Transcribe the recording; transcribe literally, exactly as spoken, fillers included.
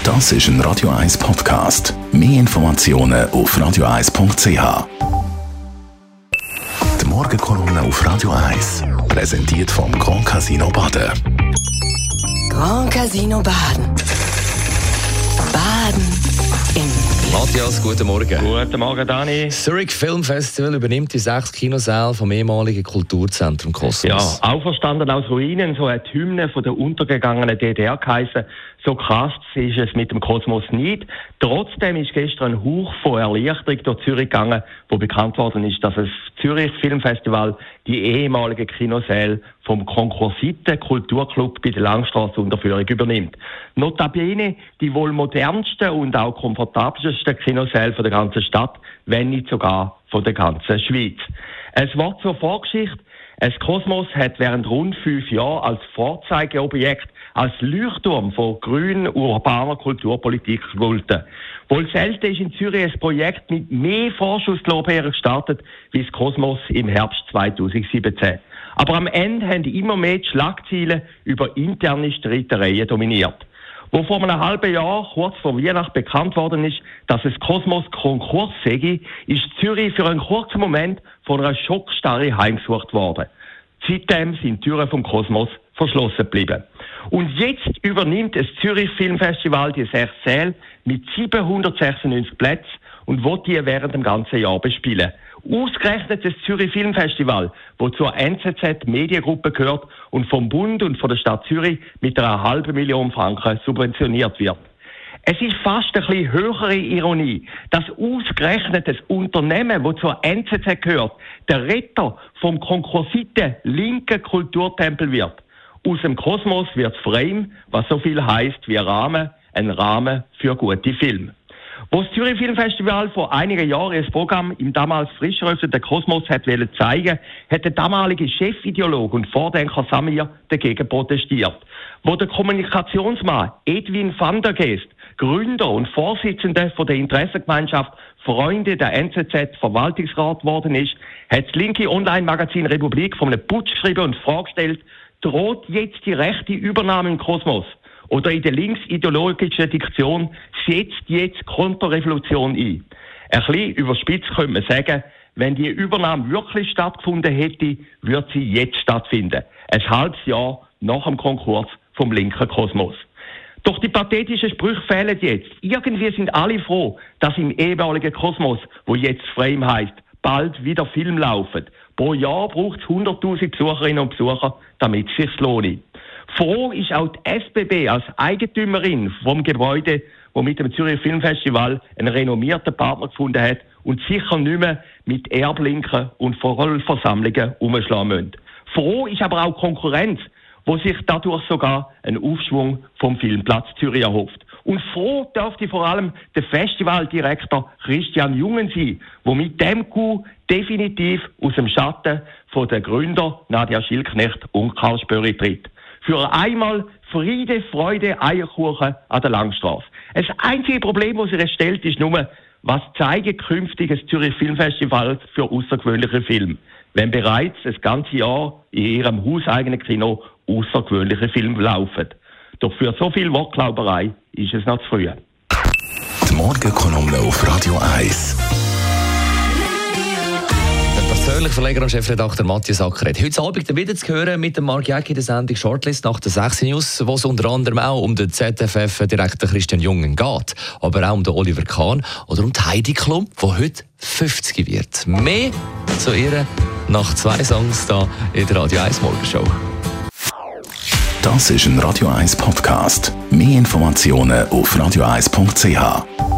Das ist ein Radio eins Podcast. Mehr Informationen auf radio eins punkt c h. Die Morgenkolumne auf Radio eins. Präsentiert vom Grand Casino Baden. Grand Casino Baden. Baden im Matthias, guten Morgen. Guten Morgen, Dani. Zurich Film Festival übernimmt die sechs Kinosäle vom ehemaligen Kulturzentrum Kosmos. Ja, auferstanden aus Ruinen, so hat die Hymne von der untergegangenen D D R geheissen. So krass ist es mit dem Kosmos nicht. Trotzdem ist gestern ein Hauch von Erleichterung durch Zürich gegangen, wo bekannt worden ist, dass das Zürich Filmfestival die ehemaligen Kinosäle vom Konkursiten Kulturclub bei der Langstrasse Unterführung übernimmt. Notabene die wohl modernsten und auch komfortabelsten Kinosäle von der ganzen Stadt, wenn nicht sogar von der ganzen Schweiz. Ein Wort zur Vorgeschichte. Das Kosmos hat während rund fünf Jahren als Vorzeigeobjekt, als Leuchtturm von grüner, urbaner Kulturpolitik gegolten. Wohl selten ist in Zürich ein Projekt mit mehr Vorschusslorbeeren gestartet wie das Kosmos im Herbst zweitausendsiebzehn. Aber am Ende haben immer mehr die Schlagzeilen über interne Streitereien dominiert. Wo vor einem halben Jahr, kurz vor Weihnachten, bekannt worden ist, dass es Kosmos Konkurs sei, ist Zürich für einen kurzen Moment von einer Schockstarre heimgesucht worden. Seitdem sind die Türen vom Kosmos verschlossen geblieben. Und jetzt übernimmt das Zürich Filmfestival die sechs Säle mit siebenhundertsechsundneunzig Plätzen und will die während dem ganzen Jahr bespielen. Ausgerechnet das Zürich Filmfestival, das zur N Z Z Mediengruppe gehört und vom Bund und von der Stadt Zürich mit einer halben Million Franken subventioniert wird. Es ist fast ein bisschen höhere Ironie, dass ausgerechnet das Unternehmen, das zur N Z Z gehört, der Retter vom konkursiten linken Kulturtempel wird. Aus dem Kosmos wird Frame, was so viel heisst wie Rahmen, ein Rahmen für gute Filme. Wo das Zürich Filmfestival vor einigen Jahren ein Programm im damals frisch eröffneten Kosmos hat wollen zeigen, hat der damalige Chefideologe und Vordenker Samir dagegen protestiert. Wo der Kommunikationsmann Edwin van der Geest, Gründer und Vorsitzender von der Interessengemeinschaft Freunde der N Z Z Verwaltungsrat geworden ist, hat das linke Online-Magazin Republik von einem Putsch geschrieben und vorgestellt, droht jetzt die rechte Übernahme im Kosmos? Oder in der linksideologischen Diktion setzt jetzt Konterrevolution ein. Ein bisschen überspitzt könnte man sagen, wenn die Übernahme wirklich stattgefunden hätte, würde sie jetzt stattfinden. Ein halbes Jahr nach dem Konkurs vom linken Kosmos. Doch die pathetischen Sprüche fehlen jetzt. Irgendwie sind alle froh, dass im ehemaligen Kosmos, wo jetzt Frame heisst, bald wieder Film laufen. Pro Jahr braucht es hunderttausend Besucherinnen und Besucher, damit es sich lohnt. Froh ist auch die S B B als Eigentümerin vom Gebäude, wo mit dem Zürich Filmfestival einen renommierten Partner gefunden hat und sicher nicht mehr mit Erblinken und Vollversammlungen umschlagen müssen. Froh ist aber auch Konkurrenz, wo sich dadurch sogar ein Aufschwung vom Filmplatz Zürich erhofft. Und froh dürfte vor allem der Festivaldirektor Christian Jungen sein, der mit dem Coup definitiv aus dem Schatten von der Gründer Nadja Schildknecht und Karl Spöri tritt. Für einmal Friede, Freude, Eierkuchen an der Langstrasse. Das einzige Problem, das sich stellt, ist nur, was zeigen künftig das Zürich Filmfestival für außergewöhnliche Filme, wenn bereits das ganze Jahr in ihrem hauseigenen Kino außergewöhnliche Filme laufen. Doch für so viel Wortklauberei ist es noch zu früh. Die Morgenkolumne auf Radio eins. Persönlich Verleger und Chefredakteur Matthias Ackeret. Heute Abend wieder zu hören mit dem Marc Jäcki in der Sendung Shortlist nach der sechs News, wo es unter anderem auch um den Z F F-Direktor Christian Jungen geht, aber auch um den Oliver Kahn oder um die Heidi Klum, die heute fünfzig wird. Mehr zu ihr nach zwei Songs hier in der Radio eins Morgenshow. Das ist ein Radio eins Podcast. Mehr Informationen auf radio eins punkt c h.